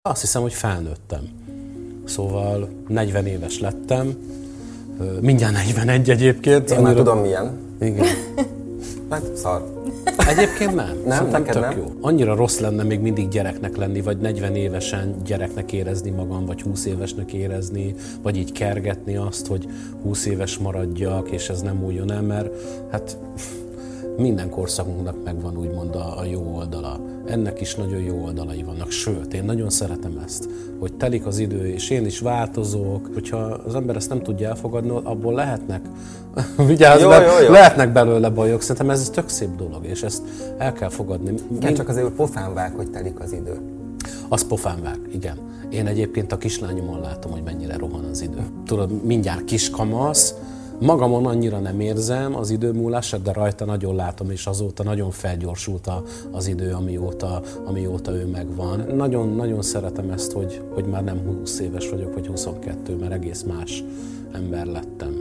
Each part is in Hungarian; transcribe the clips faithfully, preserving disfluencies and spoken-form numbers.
Azt hiszem, hogy felnőttem. Szóval negyven éves lettem, mindjárt negyvenegy egyébként. Én már tudom milyen. Igen. Hát szar. Egyébként nem. Nem, Szerintem neked tök nem? jó. Annyira rossz lenne még mindig gyereknek lenni, vagy negyven évesen gyereknek érezni magam, vagy húsz évesnek érezni, vagy így kergetni azt, hogy húsz éves maradjak, és ez nem újjon el, mert hát minden korszakunknak megvan úgymond a, a jó oldala. Ennek is nagyon jó oldalai vannak, sőt, én nagyon szeretem ezt, hogy telik az idő, és én is változok. Hogyha az ember ezt nem tudja elfogadni, abból lehetnek, vigyázz, Jó, jó, jó. lehetnek belőle bajok. Szerintem ez tök szép dolog, és ezt el kell fogadni. Igen, csak azért pofán vág, hogy telik az idő. Az pofán vág, igen. Én egyébként a kislányomon látom, hogy mennyire rohan az idő. Tudod, mindjárt kiskamasz, magamon annyira nem érzem az idő múlását, de rajta nagyon látom, és azóta nagyon felgyorsult a, az idő, amióta, amióta ő megvan. Nagyon-nagyon szeretem ezt, hogy, hogy már nem húsz éves vagyok, vagy huszonkettő, mert egész más ember lettem.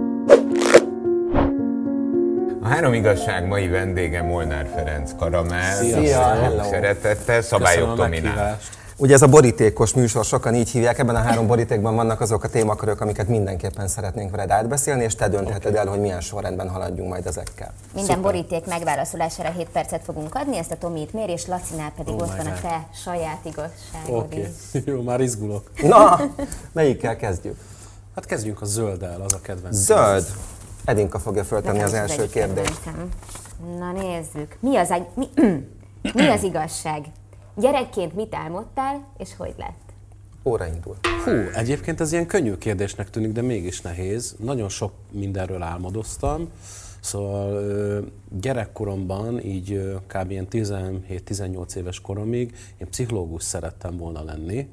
A Három igazság mai vendége Molnár Ferenc Karamell. Szia! Szeretettel, Szabályok Tominál. Ugye ez a borítékos műsor, sokan így hívják, ebben a három borítékban vannak azok a témakörök, amiket mindenképpen szeretnénk veled átbeszélni, és te döntheted okay. el, hogy milyen sorrendben haladjunk majd ezekkel. Minden Szuper. Boríték megválaszolására hét percet fogunk adni, ezt a Tomi itt mér, és Lacinál pedig oh ott van a te saját igazságod Oké, is. jó, már izgulok. Na, melyikkel kezdjük? Hát kezdjünk a zölddel, az a kedvenc. Zöld! Edinka fogja föltenni az első az kérdést. Kedvencem. Na nézzük. Mi az, mi, mi az igazság? Gyerekként mit álmodtál, és hogy lett? Óra indul. Hú, egyébként ez ilyen könnyű kérdésnek tűnik, de mégis nehéz. Nagyon sok mindenről álmodoztam. Szóval gyerekkoromban, így kb. Ilyen tizenhét-tizennyolc éves koromig én pszichológus szerettem volna lenni.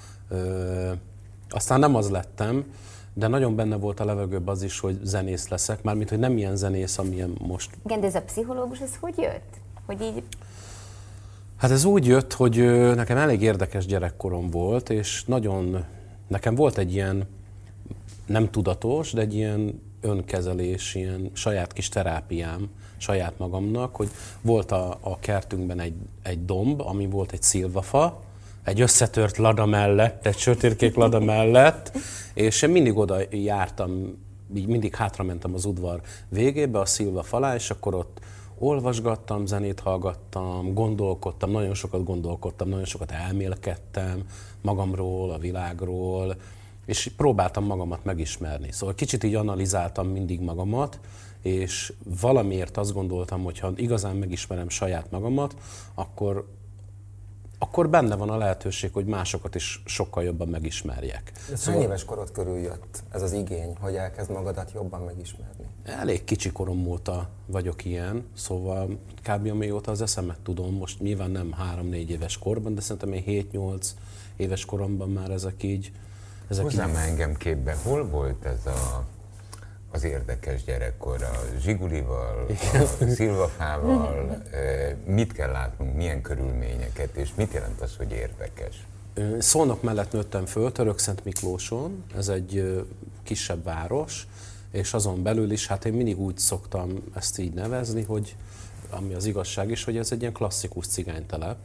Aztán nem az lettem, de nagyon benne volt a levegőben az is, hogy zenész leszek. Mármint, hogy nem ilyen zenész, amilyen most. Igen, de ez a pszichológus, ez hogy jött? Hogy így... Hát ez úgy jött, hogy nekem elég érdekes gyerekkorom volt, és nagyon, nekem volt egy ilyen, nem tudatos, de egy ilyen önkezelés, ilyen saját kis terápiám saját magamnak, hogy volt a, a kertünkben egy, egy domb, ami volt egy szilvafa, egy összetört lada mellett, egy sötétkék lada mellett, és én mindig oda jártam, így mindig hátramentem az udvar végébe, a szilvafa alá, és akkor ott olvasgattam, zenét hallgattam, gondolkodtam, nagyon sokat gondolkodtam, nagyon sokat elmélkedtem magamról, a világról, és próbáltam magamat megismerni. Szóval kicsit így analizáltam mindig magamat, és valamiért azt gondoltam, hogy ha igazán megismerem saját magamat, akkor, akkor benne van a lehetőség, hogy másokat is sokkal jobban megismerjek. Ez Szóval... hány éves korod körül jött ez az igény, hogy elkezd magadat jobban megismerni? Elég kicsi korom óta vagyok ilyen, szóval kb. Amióta az eszemet tudom, most nyilván nem három-négy éves korban, de szerintem én hét-nyolc éves koromban már ezek így... Ezek Hozzám így... engem képbe, hol volt ez a, az érdekes gyerekkor a zsigulival, a szilvafával, mit kell látnunk, milyen körülményeket, és mit jelent az, hogy érdekes? Szolnok mellett nőttem föl, Törökszentmiklóson, ez egy kisebb város, és azon belül is, hát én mindig úgy szoktam ezt így nevezni, hogy ami az igazság is, hogy ez egy ilyen klasszikus cigánytelep.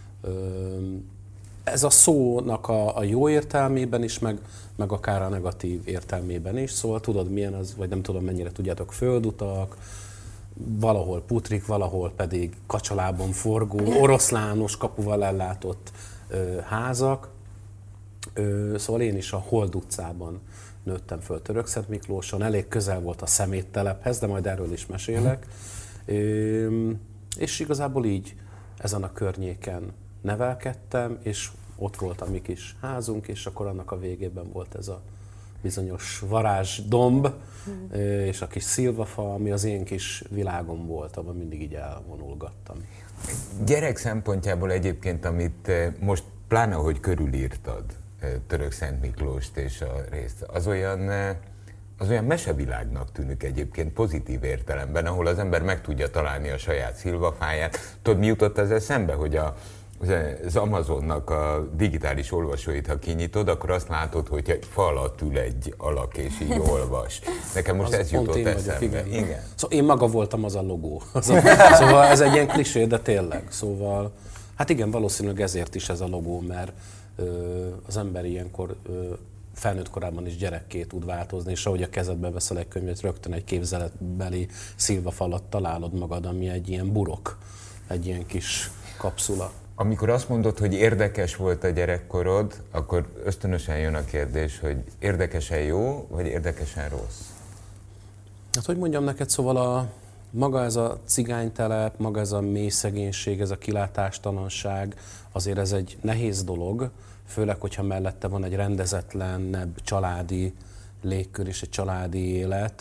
Ez a szónak a, a jó értelmében is, meg, meg akár a negatív értelmében is, szóval tudod milyen az, vagy nem tudom mennyire tudjátok, földutak, valahol putrik, valahol pedig kacsalábon forgó, oroszlános kapuval ellátott ö, házak. Ö, szóval én is a Hold utcában nőttem föl Törökszentmiklóson, elég közel volt a szeméttelephez, de majd erről is mesélek. Ö, és igazából így ezen a környéken nevelkedtem, és ott volt a mi kis házunk, és akkor annak a végében volt ez a bizonyos varázsdomb, mm. és a kis szilvafa, ami az én kis világom volt, abban mindig így elvonulgattam. Gyerek szempontjából egyébként, amit most pláne, hogy körülírtad Törökszentmiklóst és a részt, az olyan, az olyan mesevilágnak tűnik egyébként pozitív értelemben, ahol az ember meg tudja találni a saját szilvafáját. Tudod, mi jutott ez eszembe, hogy a az Amazonnak a digitális olvasóit, ha kinyitod, akkor azt látod, hogy egy fa alatt ül egy alak és így olvas. Nekem most az ez jutott eszembe. Vagyok, igen. Igen. Szóval én maga voltam az a logó. Az a, szóval ez egy ilyen klisé, de tényleg. Szóval, hát igen, valószínűleg ezért is ez a logó, mert az ember ilyenkor felnőtt korában is gyerekké tud változni, és ahogy a kezedbe veszel egy könyvet, rögtön egy képzeletbeli szilvafalat találod magad, ami egy ilyen burok, egy ilyen kis kapszula. Amikor azt mondod, hogy érdekes volt a gyerekkorod, akkor ösztönösen jön a kérdés, hogy érdekesen jó, vagy érdekesen rossz? Hát hogy mondjam neked, szóval a, maga ez a cigánytelep, maga ez a mély szegénység, ez a kilátástalanság, azért ez egy nehéz dolog, főleg, hogyha mellette van egy rendezetlenebb családi légkör és egy családi élet.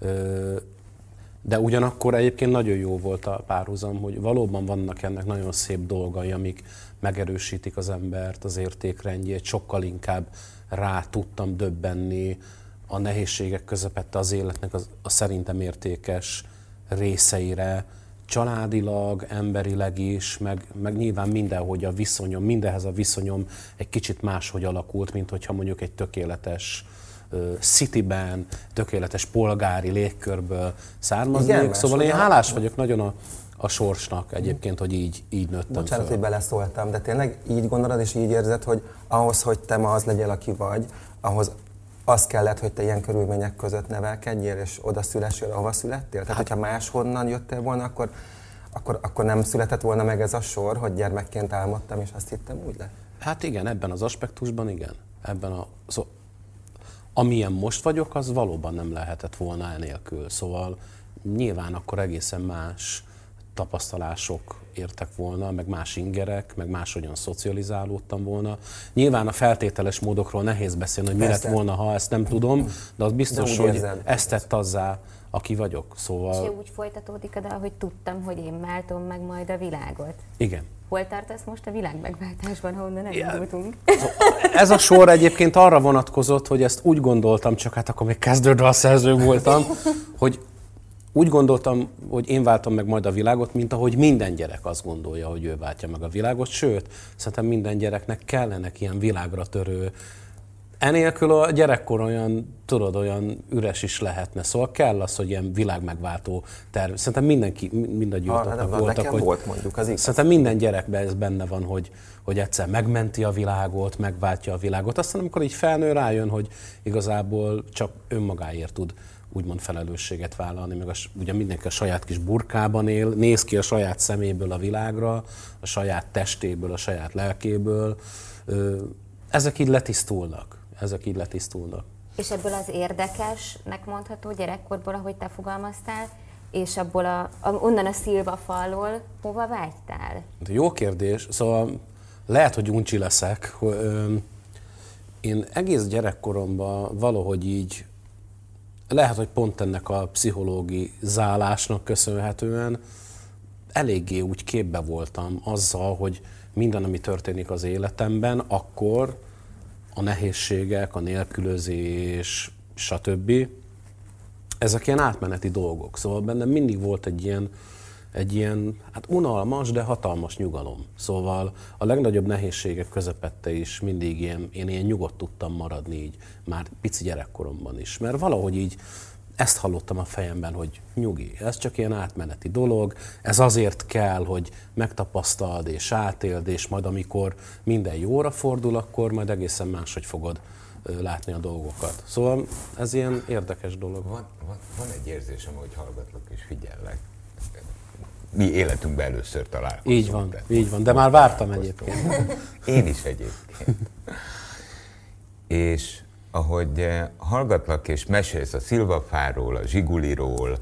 De ugyanakkor egyébként nagyon jó volt a párhuzam, hogy valóban vannak ennek nagyon szép dolgai, amik megerősítik az embert, az értékrendjét, sokkal inkább rá tudtam döbbenni a nehézségek közepette az életnek az, a szerintem értékes részeire, családilag, emberileg is, meg, meg nyilván mindenhogy a viszonyom, mindenhez a viszonyom egy kicsit máshogy alakult, mint hogyha mondjuk egy tökéletes uh, cityben, tökéletes polgári légkörből származnék. Szóval én hálás vagyok nagyon a, a sorsnak egyébként, hogy így, így nőttem Bocsánat, föl. hogy beleszóltam, de tényleg így gondolod és így érzed, hogy ahhoz, hogy te ma az legyél, aki vagy, ahhoz az kellett, hogy te ilyen körülmények között nevelkedjél, és oda szülessél, ahova születtél? Tehát, hát, hogyha máshonnan jöttél volna, akkor, akkor, akkor nem született volna meg ez a sor, hogy gyermekként álmodtam, és azt hittem, úgy lett? Hát igen, ebben az aspektusban igen. Ebben a, szó, amilyen most vagyok, az valóban nem lehetett volna enélkül. Szóval nyilván akkor egészen más tapasztalások értek volna, meg más ingerek, meg máshogyan szocializálódtam volna. Nyilván a feltételes módokról nehéz beszélni, hogy mi lett volna, ha ezt nem tudom, de az biztos, de hogy érzed, ezt tett azzá, aki vagyok. Szóval... És úgy folytatódik oda, hogy tudtam, hogy én váltom meg majd a világot. Igen. Hol tartasz most a világ megváltásban, ha onnan elindultunk? Ez a sor egyébként arra vonatkozott, hogy ezt úgy gondoltam, csak hát akkor még kezdődve a szerző voltam, hogy úgy gondoltam, hogy én váltom meg majd a világot, mint ahogy minden gyerek azt gondolja, hogy ő váltja meg a világot, sőt, szerintem minden gyereknek kellenek ilyen világra törő. Enélkül a gyerekkor olyan, tudod, olyan üres is lehetne, szóval kell az, hogy ilyen világmegváltó terv. Szerintem mindenki, mindannyiótoknak ah, voltak, hogy volt mondjuk, az szerintem minden gyerekben ez benne van, hogy, hogy egyszer megmenti a világot, megváltja a világot. Aztán amikor így felnő, rájön, hogy igazából csak önmagáért tud úgymond felelősséget vállalni, meg a, ugye mindenki a saját kis burkában él, néz ki a saját szeméből a világra, a saját testéből, a saját lelkéből. Ezek így letisztulnak. Ezek így letisztulnak. És ebből az érdekesnek mondható gyerekkorból, ahogy te fogalmaztál, és abból a, a, onnan a szilvafalról hova vágytál? Jó kérdés. Szóval lehet, hogy uncsi leszek. Én egész gyerekkoromban valahogy így lehet, hogy pont ennek a pszichológizálásnak köszönhetően eléggé úgy képbe voltam azzal, hogy minden, ami történik az életemben, akkor a nehézségek, a nélkülözés, stb. Ezek ilyen átmeneti dolgok. Szóval bennem mindig volt egy ilyen, egy ilyen hát unalmas, de hatalmas nyugalom. Szóval a legnagyobb nehézségek közepette is mindig ilyen, én ilyen nyugodt tudtam maradni így, már pici gyerekkoromban is. Mert valahogy így ezt hallottam a fejemben, hogy nyugi, ez csak ilyen átmeneti dolog, ez azért kell, hogy megtapasztald és átéld, és majd amikor minden jóra fordul, akkor majd egészen máshogy fogod látni a dolgokat. Szóval ez ilyen érdekes dolog. Van, van, van egy érzésem, hogy hallgatlak és figyellek. Mi életünkben először találkozunk. Így van, így van, de már vártam egyébként. Én is egyébként. És ahogy hallgatlak és mesélsz a szilvafáról, a zsiguliról,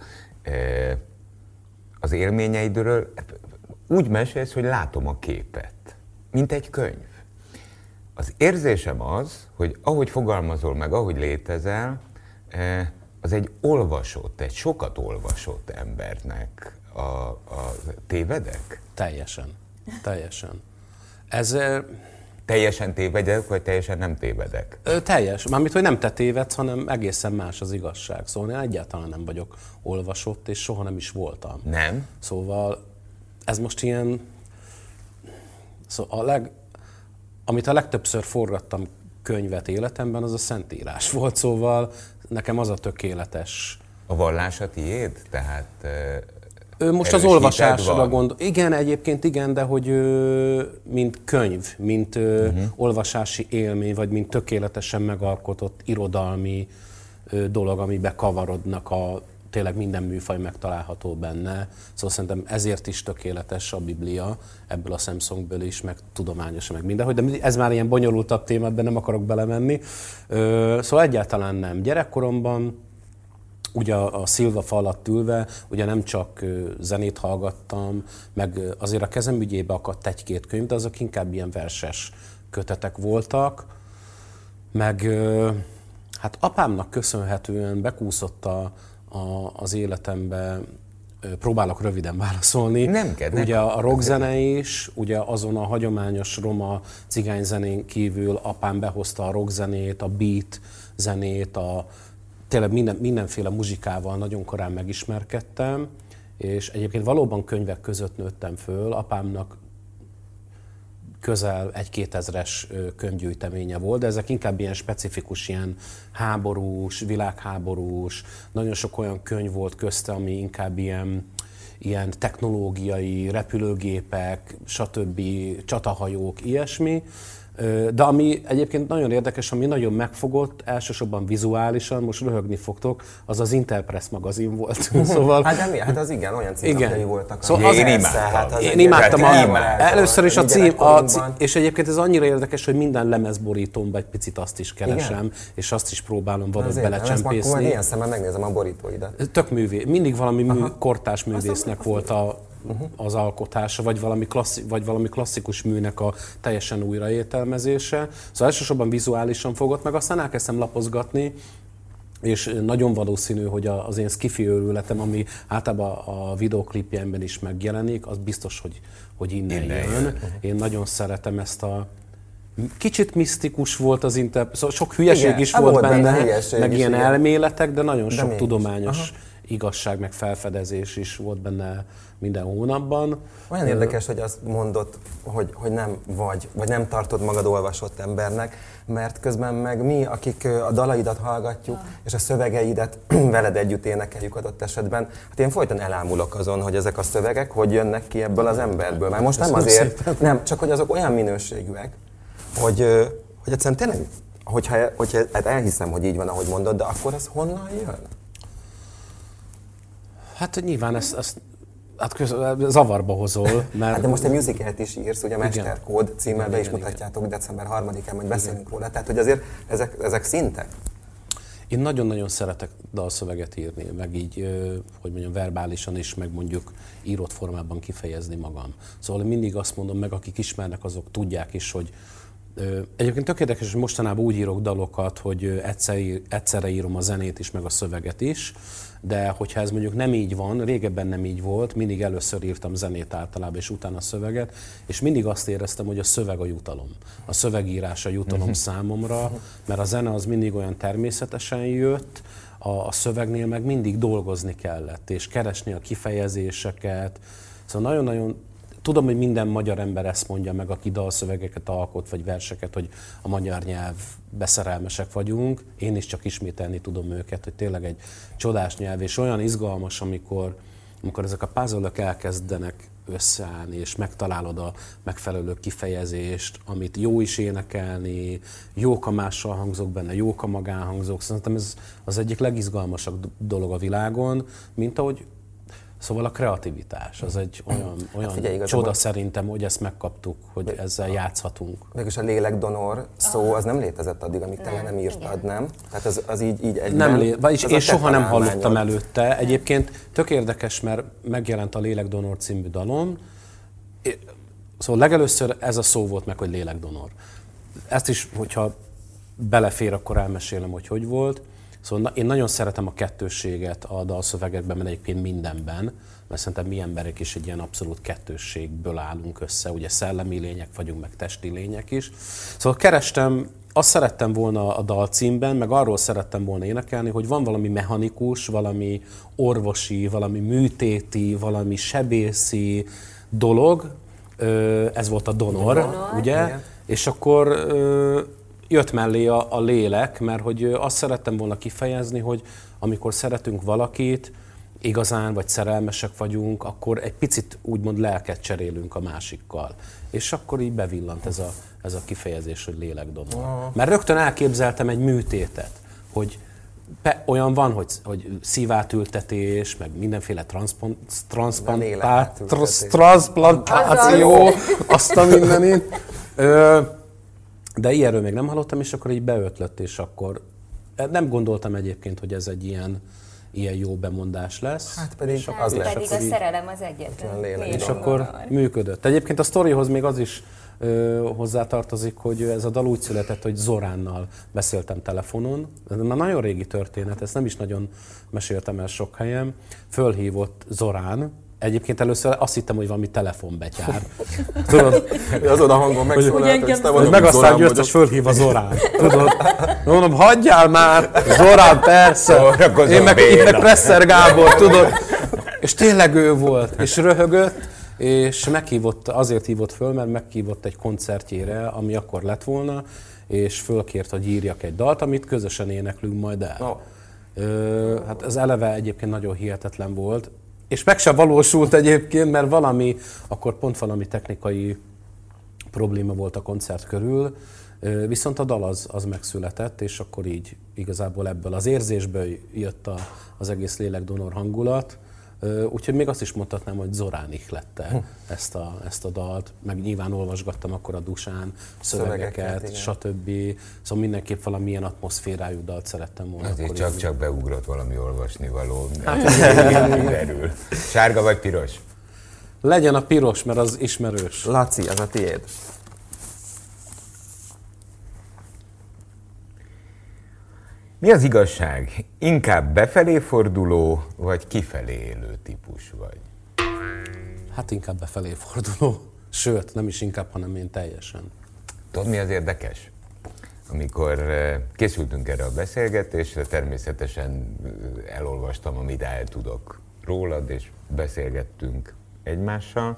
az élményeidről, úgy mesélsz, hogy látom a képet, mint egy könyv. Az érzésem az, hogy ahogy fogalmazol meg, ahogy létezel, az egy olvasott, egy sokat olvasott embernek a, a tévedek? Teljesen, teljesen. Ez... Teljesen tévedek, vagy teljesen nem tévedek? Ö, teljes. Mármint, hogy nem te tévedsz, hanem egészen más az igazság. Szóval én egyáltalán nem vagyok olvasott, és soha nem is voltam. Nem? Szóval ez most ilyen... Szóval a leg... Amit a legtöbbször forgattam könyvet életemben, az a Szentírás volt. Szóval nekem az a tökéletes... A vallás a tiéd? Tehát... Ö, most az olvasásra gondol. Igen, egyébként igen, de hogy ö, mint könyv, mint ö, uh-huh. olvasási élmény, vagy mint tökéletesen megalkotott irodalmi ö, dolog, amiben kavarodnak a tényleg minden műfaj megtalálható benne. Szóval szerintem ezért is tökéletes a Biblia, ebből a szemszögből is, meg tudományos, meg mindenhogy, de ez már ilyen bonyolultabb téma, ebben nem akarok belemenni. Ö, szóval egyáltalán nem. Gyerekkoromban ugye a szilvafa alatt ülve, ugye nem csak zenét hallgattam, meg azért a kezem ügyébe akadt egy-két könyv, de azok inkább ilyen verses kötetek voltak, meg hát apámnak köszönhetően bekúszott a, a, az életembe, próbálok röviden válaszolni. Nem kell. Ugye a rockzene is, ugye azon a hagyományos roma cigányzenén kívül apám behozta a rockzenét, a beat zenét, a tényleg minden, mindenféle muzsikával nagyon korán megismerkedtem, és egyébként valóban könyvek között nőttem föl. Apámnak közel egy kétezres könyvgyűjteménye volt, de ezek inkább ilyen specifikus, ilyen háborús, világháborús, nagyon sok olyan könyv volt közte, ami inkább ilyen, ilyen technológiai, repülőgépek, stb., csatahajók, ilyesmi. De ami egyébként nagyon érdekes, ami nagyon megfogott, elsősorban vizuálisan, most röhögni fogtok, az az Interpress magazin volt. Szóval, hát, de mi? Hát az igen, olyan címlapjai voltak. Szóval az én imádtam. Hát az én imádtam. A, imádtam. Először is a cím, a cím, és egyébként ez annyira érdekes, hogy minden lemezborítómban egy picit azt is keresem, igen? És azt is próbálom valahogy belecsempészni. Akkor ilyen szemmel megnézem a borítóidat. Tök művé. Mindig valami mű, kortárs művésznek volt a Uh-huh. az alkotása, vagy valami, klasszi, vagy valami klasszikus műnek a teljesen újraértelmezése. Szóval elsősorban vizuálisan fogott meg, aztán elkezdtem lapozgatni, és nagyon valószínű, hogy az én skifi őrületem, ami általában a videoklipjeimben is megjelenik, az biztos, hogy, hogy innen, innen jön. jön. Én nagyon szeretem ezt a... Kicsit misztikus volt az inter... Szóval sok hülyeség igen, is volt, volt benne, benne meg is, ilyen igen. elméletek, de nagyon de sok tudományos aha. igazság, meg felfedezés is volt benne minden hónapban. Olyan érdekes, hogy azt mondod, hogy, hogy nem vagy, vagy nem tartod magad olvasott embernek, mert közben meg mi, akik a dalaidat hallgatjuk, ah. és a szövegeidet veled együtt énekeljük adott esetben, hát én folyton elámulok azon, hogy ezek a szövegek hogy jönnek ki ebből az emberből. Már most nem azért, nem, csak hogy azok olyan minőségűek, hogy, hogy egyszerűen tényleg, hogyha, hogyha hát elhiszem, hogy így van, ahogy mondod, de akkor ez honnan jön? Hát nyilván ezt, ezt hát köz, zavarba hozol, mert... Hát de most egy musicalt is írsz, ugye Mesterkód címmel be is mutatjátok igen. december harmadikán, hogy beszélünk igen. róla, tehát hogy azért ezek, ezek szintek. Én nagyon-nagyon szeretek dalszöveget írni, meg így, hogy mondjam, verbálisan is, meg mondjuk írott formában kifejezni magam. Szóval mindig azt mondom meg, akik ismernek, azok tudják is, hogy egyébként tök érdekes, hogy mostanában úgy írok dalokat, hogy egyszer, egyszerre írom a zenét is, meg a szöveget is, de hogyha ez mondjuk nem így van, régebben nem így volt, mindig először írtam zenét általában, és utána a szöveget, és mindig azt éreztem, hogy a szöveg a jutalom. A szövegírás a jutalom számomra, mert a zene az mindig olyan természetesen jött, a, a szövegnél meg mindig dolgozni kellett, és keresni a kifejezéseket. Szóval nagyon-nagyon tudom, hogy minden magyar ember ezt mondja meg, aki dalszövegeket alkot, vagy verseket, hogy a magyar nyelv beszerelmesek vagyunk. Én is csak ismételni tudom őket, hogy tényleg egy csodás nyelv, és olyan izgalmas, amikor, amikor ezek a puzzle-ök elkezdenek összeállni, és megtalálod a megfelelő kifejezést, amit jó is énekelni, jók a mással hangzók benne, jók a magánhangzók. Szerintem ez az egyik legizgalmasabb dolog a világon, mint ahogy szóval a kreativitás, az egy olyan, olyan hát figyelj, csoda szerintem, hogy ezt megkaptuk, hogy ezzel játszhatunk. Mégis a lélekdonor szó az nem létezett addig, amíg te nem írtad, nem? Tehát az, az így, így egyben... Nem lé... Vagyis én soha nem hallottam előtte. Egyébként tök érdekes, mert megjelent a Lélekdonor című dalom. Szóval legelőször ez a szó volt meg, hogy lélekdonor. Ezt is, hogyha belefér, akkor elmesélem, hogy hogy volt. Szóval én nagyon szeretem a kettősséget a dalszövegekben, mert egyébként mindenben, mert szerintem mi emberek is egy ilyen abszolút kettősségből állunk össze, ugye szellemi lények vagyunk, meg testi lények is. Szóval kerestem, azt szerettem volna a dalcímben, meg arról szerettem volna énekelni, hogy van valami mechanikus, valami orvosi, valami műtéti, valami sebészi dolog, ez volt a donor, donor ugye? Igen. És akkor jött mellé a, a lélek, mert hogy azt szerettem volna kifejezni, hogy amikor szeretünk valakit, igazán vagy szerelmesek vagyunk, akkor egy picit úgymond lelket cserélünk a másikkal. És akkor így bevillant ez a, ez a kifejezés, hogy lélekdonor. Mert rögtön elképzeltem egy műtétet, hogy pe, olyan van, hogy, hogy szívátültetés, meg mindenféle transzplantáció, azt a mindenit. De ilyenről még nem hallottam, és akkor így beötlött, és akkor nem gondoltam egyébként, hogy ez egy ilyen, ilyen jó bemondás lesz. Hát pedig hát az pedig lesz. a szerelem az egyetlen. És akkor működött. Egyébként a sztorihoz még az is ö, hozzátartozik, hogy ez a dal úgy született, hogy Zoránnal beszéltem telefonon. Ez már nagyon régi történet, ezt nem is nagyon meséltem el sok helyen. Fölhívott Zorán. Egyébként először azt hittem, hogy valami telefonbetyár. Tudod? Azon a hangon megszólalt, hogy te vagy, meg aztán győztes fölhív a Zorán. Tudod? Mondom, hagyjál már! Zorán, persze! Én meg, én meg Presser Gábor, tudod? És tényleg ő volt, és röhögött, és meghívott, azért hívott föl, mert meghívott egy koncertjére, ami akkor lett volna, és fölkért, hogy írjak egy dalt, amit közösen éneklünk majd el. No. Ö, hát ez eleve egyébként nagyon hihetetlen volt. És meg sem valósult egyébként, mert valami, akkor pont valami technikai probléma volt a koncert körül, viszont a dal az, az megszületett, és akkor így igazából ebből az érzésből jött a, az egész lélekdonor hangulat. Úgyhogy még azt is mondhatnám, hogy Zorán ihlette ezt a, ezt a dalt, meg nyilván olvasgattam akkor a Dusán szövegeket, szövegeket stb. Szóval mindenképp valamilyen atmoszférájú dalt szerettem volna. Azért csak-csak beugrott valami olvasnivaló. Hát, Sárga vagy piros? Legyen a piros, mert az ismerős. Laci, ez a tiéd. Mi az igazság? Inkább befelé forduló, vagy kifelé élő típus vagy? Hát inkább befelé forduló. Sőt, nem is inkább, hanem én teljesen. Tudod, mi az érdekes? Amikor készültünk erre a beszélgetésre, természetesen elolvastam, amit el tudok rólad, és beszélgettünk egymással.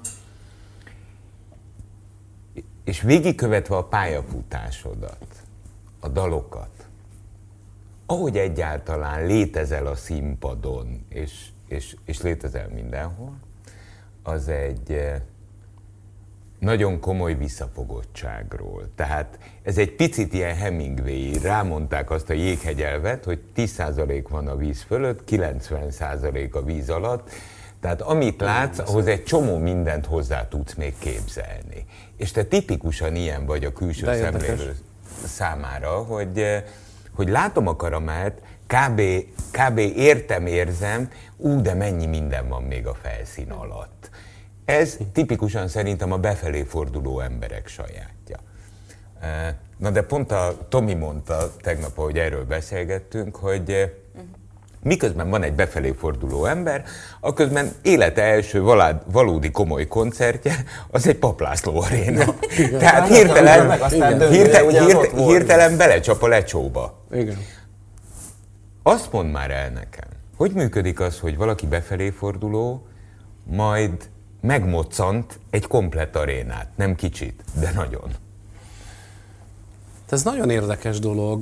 És végigkövetve a pályafutásodat, a dalokat, ahogy egyáltalán létezel a színpadon, és, és, és létezel mindenhol, az egy nagyon komoly visszafogottságról. Tehát ez egy picit ilyen Hemingway, rámondták azt a jéghegyelvet, hogy tíz százalék van a víz fölött, kilencven százalék a víz alatt, tehát amit látsz, ahhoz egy csomó mindent hozzá tudsz még képzelni. És te tipikusan ilyen vagy a külső szemlélő számára, hogy hogy látom a Karamelt, kb. kb. értem, érzem, ú, de mennyi minden van még a felszín alatt. Ez tipikusan szerintem a befelé forduló emberek sajátja. Na de pont a Tomi mondta tegnap, hogy erről beszélgettünk, hogy miközben van egy befelé forduló ember, aközben élete első valád, valódi komoly koncertje, az egy Papp László aréna. Tehát hirtelen, hirtelen, hirtelen, hirtelen belecsap a lecsóba. Igen. Azt mondd már el nekem, hogy működik az, hogy valaki befelé forduló, majd megmoccant egy komplett arénát. Nem kicsit, de nagyon. Ez nagyon érdekes dolog.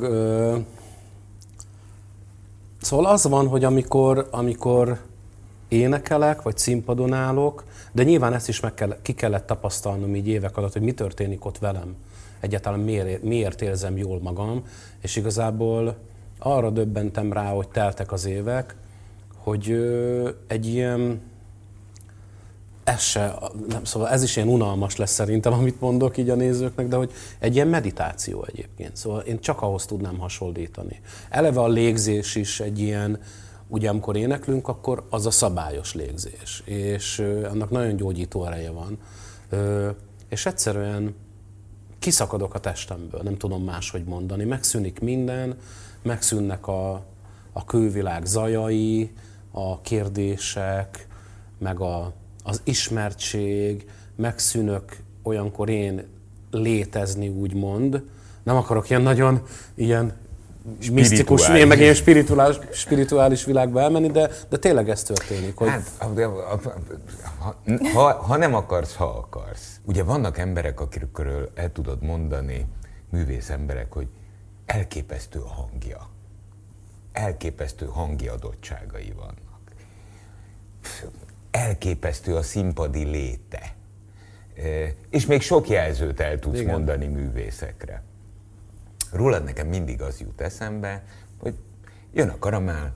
Szóval az van, hogy amikor, amikor énekelek, vagy színpadon állok, de nyilván ezt is meg kell, ki kellett tapasztalnom így évek alatt, hogy mi történik ott velem. Egyáltalán miért, miért érzem jól magam, és igazából arra döbbentem rá, hogy teltek az évek, hogy ö, egy ilyen, ez se, nem, szóval ez is ilyen unalmas lesz szerintem, amit mondok így a nézőknek, de hogy egy ilyen meditáció egyébként. Szóval én csak ahhoz tudnám hasonlítani. Eleve a légzés is egy ilyen, ugye amikor éneklünk, akkor az a szabályos légzés, és ö, annak nagyon gyógyító ereje van. Ö, és egyszerűen kiszakadok a testemből, nem tudom máshogy mondani, megszűnik minden, megszűnnek a, a külvilág zajai, a kérdések, meg a, az ismertség, megszűnök olyankor én létezni, úgymond. Nem akarok ilyen nagyon ilyen misztikus, én meg ilyen spirituális, spirituális világba elmenni, de, de tényleg ez történik. Hogy... Hát, ha, ha nem akarsz, ha akarsz. Ugye vannak emberek, akikről el tudod mondani, művész emberek, hogy elképesztő a hangja. Elképesztő hangi adottságai vannak. elképesztő a színpadi léte. És még sok jelzőt el tudsz Igen. mondani művészekre. Rólad nekem mindig az jut eszembe, hogy jön a Karamell,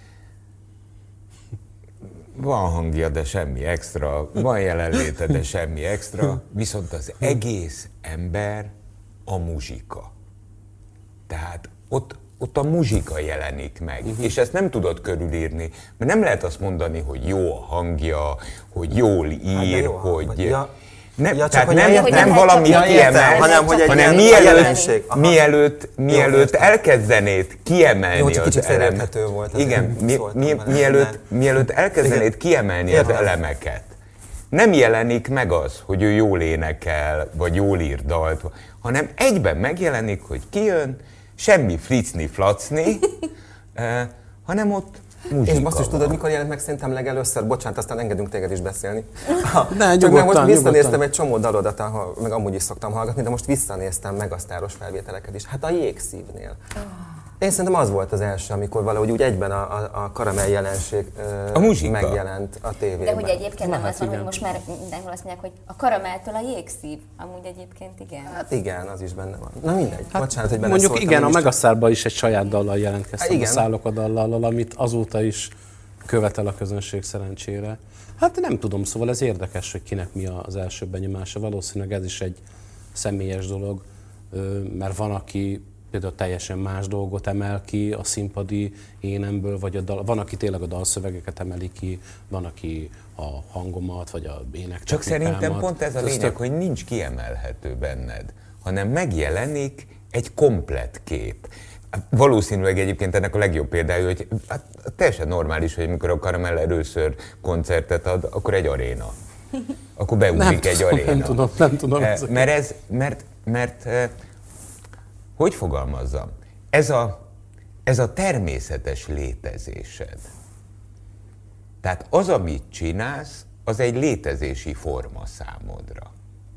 van hangja, de semmi extra, van jelenléte, de semmi extra, viszont az egész ember a muzsika. Tehát ott, ott a muzsika jelenik meg, uh-huh. és ezt nem tudod körülírni, mert nem lehet azt mondani, hogy jó a hangja, hogy jól ír, hát jó, hogy... Ja. Nem, ja, tehát nem, nem, nem valami kiemel, hanem, hogy hanem mielőtt, mielőtt, mielőtt elkezdenéd kiemelni jó, az elemeket. Volt, igen, mi, mi, mielőtt, mielőtt elkezdenéd igen. kiemelni Értem. az elemeket. Nem jelenik meg az, hogy ő jól énekel, vagy jól ír dalt, hanem egyben megjelenik, hogy kijön, semmi flicni-flacni, eh, hanem ott muzsika. És azt is tudod, mikor jelent meg szerintem legelőször? Bocsánat, aztán engedünk téged is beszélni. Ne, Csak meg most visszanéztem nyugodtan. egy csomó dalodat, ahol, meg amúgy is szoktam hallgatni, de most visszanéztem megasztáros felvételeket is. Hát a Jégszívnél. Oh. Én szerintem az volt az első, amikor valahogy úgy egyben a, a, a Karamell jelenség uh, megjelent a tévében. De hogy egyébként nem hát az van, hogy most már mindenhol azt mondják, hogy a Karamelltől a Jégszív. Amúgy egyébként igen. Hát igen, az is benne van. Na mindegy, hát bocsánat, hogy mondjuk igen, a Megasztárban is egy saját dallal jelentkeztem, a Szállok a dallal, amit azóta is követel a közönség szerencsére. Hát nem tudom, szóval ez érdekes, hogy kinek mi az első benyomása. Valószínűleg ez is egy személyes dolog, mert van, aki például teljesen más dolgot emel ki a színpadi énemből, vagy a dal, van, aki tényleg a dalszövegeket emeli ki, van, aki a hangomat, vagy a énektechnikámat. Csak szerintem pont ez a lényeg, tök... hogy nincs kiemelhető benned, hanem megjelenik egy komplett kép. Valószínűleg egyébként ennek a legjobb példája, hogy hát, teljesen normális, hogy amikor a Karamell először koncertet ad, akkor egy aréna. Akkor beugrik egy tudom, aréna. Nem tudom, nem tudom. Mert ez, mert, mert hogy fogalmazzam? Ez a, ez a természetes létezésed. Tehát az, amit csinálsz, az egy létezési forma számodra.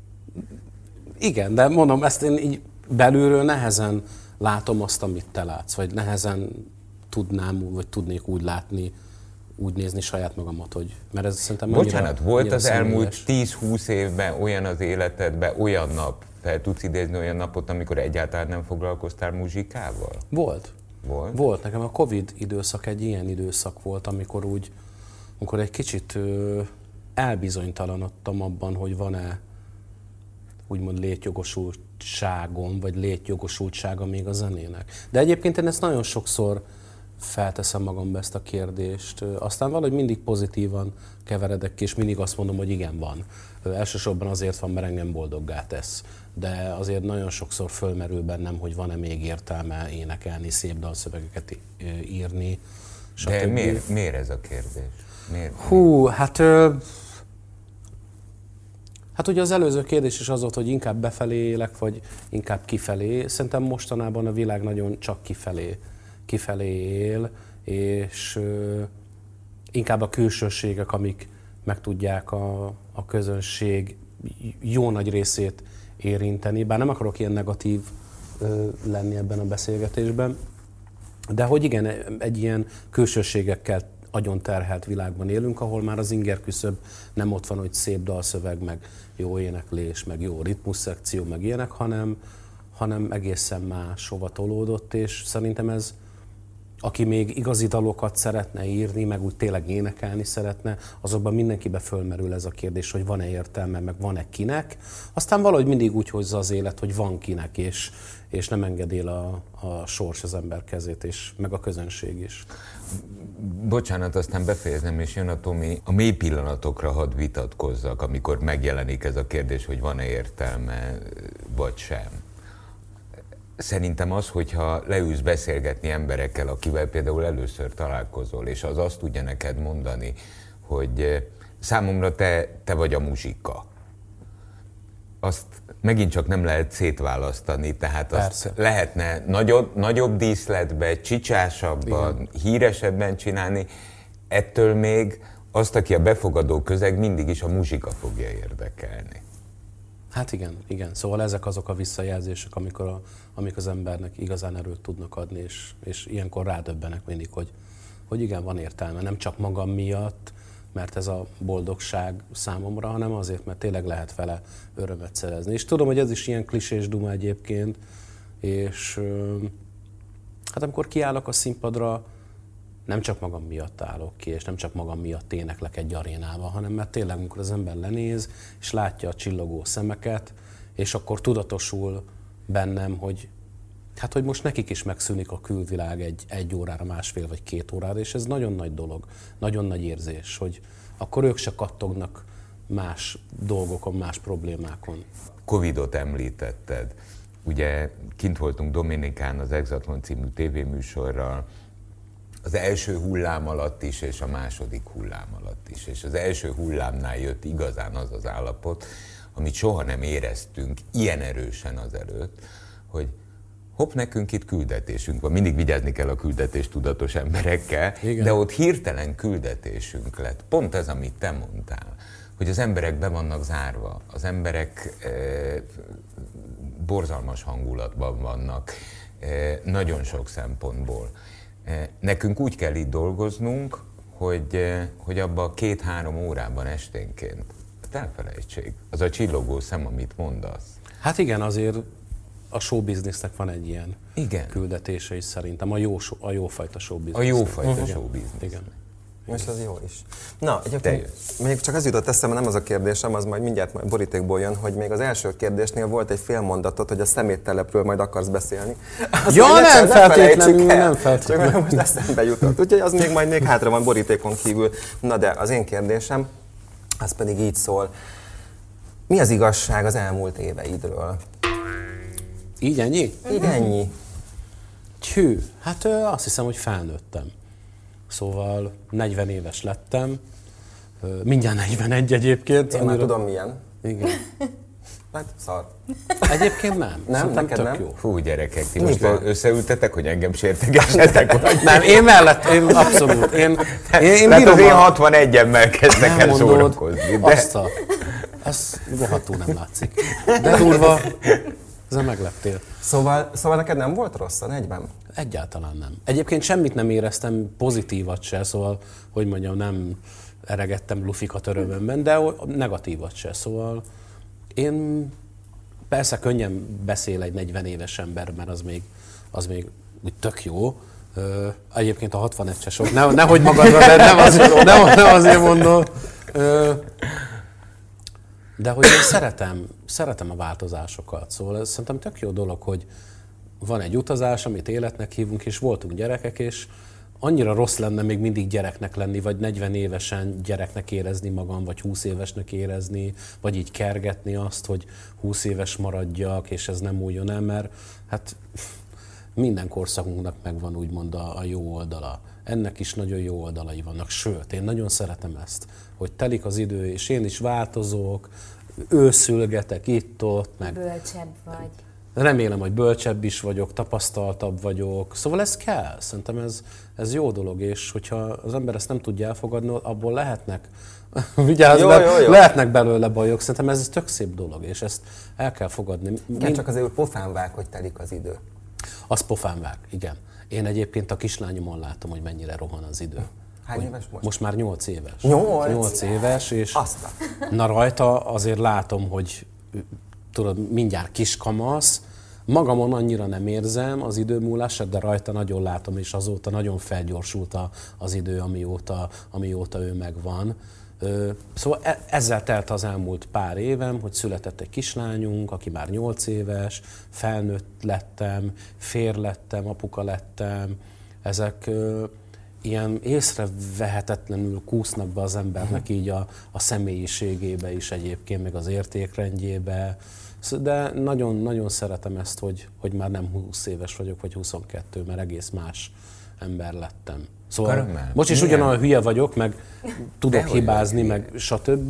Igen, de mondom, ezt én így belülről nehezen látom azt, amit te látsz, vagy nehezen tudnám, vagy tudnék úgy látni, úgy nézni saját magamat, hogy... Mert ez szerintem Bocsánat, annyira, volt annyira az elmúlt tíz-húsz évben olyan az életedben, olyan nap, fel tudsz idézni olyan napot, amikor egyáltalán nem foglalkoztál muzsikával? Volt. Volt? Volt. Nekem a Covid időszak egy ilyen időszak volt, amikor úgy, amikor egy kicsit ö, elbizonytalanodtam abban, hogy van-e úgymond létjogosultságom, vagy létjogosultsága még a zenének. De egyébként én ezt nagyon sokszor felteszem magamba ezt a kérdést. Aztán valahogy mindig pozitívan keveredek ki, és mindig azt mondom, hogy igen, van. Elsősorban azért van, mert engem boldoggá tesz. De azért nagyon sokszor fölmerül bennem, hogy van-e még értelme énekelni, szép dalszövegeket írni, stb. De miért, miért ez a kérdés? Miért? Hú, hát... Ö, hát ugye az előző kérdés is az volt, hogy inkább befelé élek, vagy inkább kifelé. Szerintem mostanában a világ nagyon csak kifelé, kifelé él, és ö, inkább a külsőségek, amik meg tudják a, a közönség jó nagy részét érinteni, bár nem akarok ilyen negatív ö, lenni ebben a beszélgetésben, de hogy igen, egy ilyen külsőségekkel agyon terhelt világban élünk, ahol már az inger küszöb nem ott van, hogy szép dalszöveg, meg jó éneklés, meg jó ritmusszekció, meg ilyenek, hanem, hanem egészen más hova tolódott, és szerintem ez, aki még igazi dalokat szeretne írni, meg úgy tényleg énekelni szeretne, azokban mindenkibe fölmerül ez a kérdés, hogy van-e értelme, meg van-e kinek. Aztán valahogy mindig úgy hozza az élet, hogy van kinek, és, és nem engedél a, a sors az ember kezét, és meg a közönség is. Bocsánat, aztán befejezem, és jön a Tomi. A mély pillanatokra hadd vitatkozzak, amikor megjelenik ez a kérdés, hogy van-e értelme, vagy sem. Szerintem az, hogyha leülsz beszélgetni emberekkel, akivel például először találkozol, és az azt tudja neked mondani, hogy számomra te, te vagy a muzsika. Azt megint csak nem lehet szétválasztani, tehát azt Persze. lehetne nagyobb, nagyobb díszletben, csicsásabban, Igen. híresebben csinálni. Ettől még azt, aki a befogadó közeg, mindig is a muzsika fogja érdekelni. Hát igen, igen. Szóval ezek azok a visszajelzések, amikor a, amik az embernek igazán erőt tudnak adni, és, és ilyenkor rádöbbenek mindig, hogy, hogy igen, van értelme. Nem csak magam miatt, mert ez a boldogság számomra, hanem azért, mert tényleg lehet vele örömet szerezni. És tudom, hogy ez is ilyen klisés duma egyébként, és hát amikor kiállok a színpadra, nem csak magam miatt állok ki, és nem csak magam miatt éneklek egy arénába, hanem mert tényleg, amikor az ember lenéz, és látja a csillogó szemeket, és akkor tudatosul bennem, hogy hát, hogy most nekik is megszűnik a külvilág egy, egy órára, másfél vagy két órára, és ez nagyon nagy dolog, nagyon nagy érzés, hogy akkor ők se kattognak más dolgokon, más problémákon. Covidot említetted. Ugye kint voltunk Dominikán az Exatlon című tévéműsorral, az első hullám alatt is, és a második hullám alatt is. És az első hullámnál jött igazán az az állapot, amit soha nem éreztünk ilyen erősen azelőtt, hogy hopp, nekünk itt küldetésünk van. Mindig vigyázni kell a küldetés tudatos emberekkel, igen. De ott hirtelen küldetésünk lett. Pont ez, amit te mondtál, hogy az emberek be vannak zárva, az emberek e, borzalmas hangulatban vannak, e, nagyon sok szempontból. E, nekünk úgy kell itt dolgoznunk, hogy, e, hogy abba a két-három órában esténként elfelejtsék. Az a csillogó szem, amit mondasz. Hát igen, azért a showbiznisznek van egy ilyen igen. küldetése is szerintem, a, jó, a jófajta showbiznisz. A jófajta uh-huh. showbiznisz. Igen. És az jó is. Na, egyébként még csak az jutott eszembe, nem az a kérdésem, az majd mindjárt borítékból jön, hogy még az első kérdésnél volt egy fél mondatot, hogy a szeméttelepről majd akarsz beszélni. Azt ja, nem feltétlenül, nem feltétlenül. Csak most eszembe jutott. Úgyhogy az még majd még hátra van borítékon kívül. Na de az én kérdésem, az pedig így szól. Mi az igazság az elmúlt éveidről? Így ennyi? Így ennyi. Hű, hát azt hiszem, hogy felnőttem. Szóval negyven éves lettem, mindjárt negyvenegy egyébként. Én már tudom milyen. Igen. Hát szar. Egyébként nem. Nem, Szerintem neked tök nem? jó. Fú, gyerekek, ti most összeültetek, hogy engem sértegessetek? Vagy? Nem, én mellett, én abszolút. Én, én, én Tehát bírom az én a... hatvanegyemmel kezdek el szórakozni. De... Azt a... Az rohadtul nem látszik. De durva, ezzel megleptél. Szóval, szóval neked nem volt rossz a negyven? Egyáltalán nem. Egyébként semmit nem éreztem pozitívat se, szóval, hogy mondjam, nem eregettem lufikat örömömben, de negatívat se, szóval én persze könnyen beszél egy negyven éves ember, mert az még, az még úgy tök jó. Uh, egyébként a hatvanegy se sok, ne, nehogy magadra, de nem, az, nem, nem azért mondom. Uh, de hogy én szeretem, szeretem a változásokat, szóval ez szerintem tök jó dolog, hogy van egy utazás, amit életnek hívunk, és voltunk gyerekek, és annyira rossz lenne még mindig gyereknek lenni, vagy negyven évesen gyereknek érezni magam, vagy húsz évesnek érezni, vagy így kergetni azt, hogy húsz éves maradjak, és ez nem újjon el, mert hát minden korszakunknak megvan úgymond a, a jó oldala. Ennek is nagyon jó oldalai vannak, sőt, én nagyon szeretem ezt, hogy telik az idő, és én is változok, őszülgetek itt-ott, meg... Bölcsebb vagy. Remélem, hogy bölcsebb is vagyok, tapasztaltabb vagyok, szóval ez kell, szerintem ez, ez jó dolog, és hogyha az ember ezt nem tudja elfogadni, abból lehetnek, vigyázz, jó, be, jó, jó. lehetnek belőle bajok, szerintem ez tök szép dolog, és ezt el kell fogadni. Igen, Mind... csak azért pofán vág, hogy telik az idő. Az pofán vág, igen. Én egyébként a kislányomon látom, hogy mennyire rohan az idő. Hány éves most? Most már nyolc éves. Nyolc? Nyolc éves, és Aztán. Na rajta azért látom, hogy tudod, mindjárt kiskamasz. Magamon annyira nem érzem az idő múlását, de rajta nagyon látom, és azóta nagyon felgyorsult az idő, amióta, amióta ő megvan. Szóval ezzel telt az elmúlt pár évem, hogy született egy kislányunk, aki már nyolc éves, felnőtt lettem, fér lettem, apuka lettem. Ezek ilyen észrevehetetlenül kúsznak be az embernek így a, a személyiségébe is egyébként, meg az értékrendjébe. De nagyon-nagyon szeretem ezt, hogy, hogy már nem húsz éves vagyok, vagy huszonkettő, mert egész más ember lettem. Szóval Körömmel. Most is Milyen? ugyanolyan hülye vagyok, meg tudok de hibázni, meg stb.,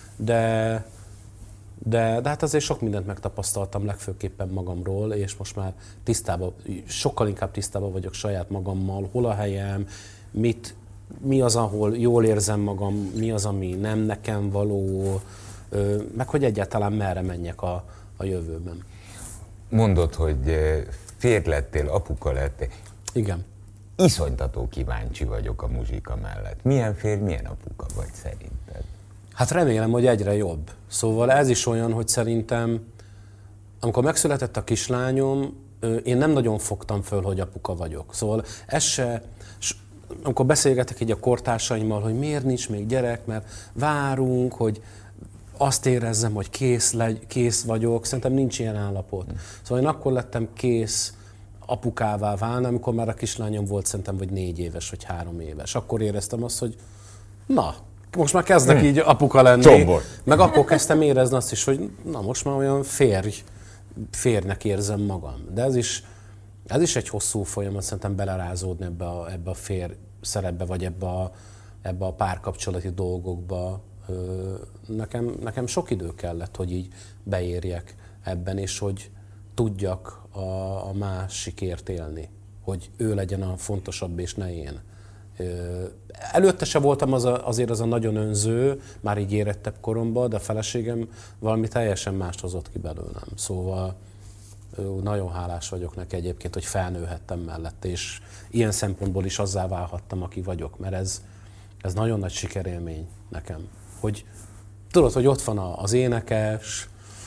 de, de, de hát azért sok mindent megtapasztaltam, legfőképpen magamról, és most már tisztában, sokkal inkább tisztában vagyok saját magammal, hol a helyem, mit, mi az, ahol jól érzem magam, mi az, ami nem nekem való, meg hogy egyáltalán merre menjek a, a jövőben. Mondod, hogy férj lettél, apuka lettél. Igen. iszonytató kíváncsi vagyok a muzsika mellett. Milyen férj, milyen apuka vagy szerinted? Hát remélem, hogy egyre jobb. Szóval ez is olyan, hogy szerintem, amikor megszületett a kislányom, én nem nagyon fogtam föl, hogy apuka vagyok. Szóval ez se, amikor beszélgetek így a kortársaimmal, hogy miért nincs még gyerek, mert várunk, hogy azt érezzem, hogy kész, legy, kész vagyok, szerintem nincs ilyen állapot. Szóval én akkor lettem kész apukává válni, amikor már a kislányom volt szerintem, vagy négy éves, vagy három éves. Akkor éreztem azt, hogy na, most már kezdek így apuka lenni. Csombor. Meg akkor kezdtem érezni azt is, hogy na most már olyan férj, férnek érzem magam. De ez is, ez is egy hosszú folyamat, szerintem belerázódni ebbe a, ebbe a férj szerepbe, vagy ebbe a, ebbe a párkapcsolati dolgokba. Nekem, nekem sok idő kellett, hogy így beérjek ebben, és hogy tudjak a, a másikért élni. Hogy ő legyen a fontosabb, és ne én. Előtte se voltam az a, azért az a nagyon önző, már így érettebb koromban, de a feleségem valami teljesen mást hozott ki belőlem. Szóval nagyon hálás vagyok neki egyébként, hogy felnőhettem mellette, és ilyen szempontból is azzá válhattam, aki vagyok, mert ez, ez nagyon nagy sikerélmény nekem. Hogy tudod, hogy ott van az énekes,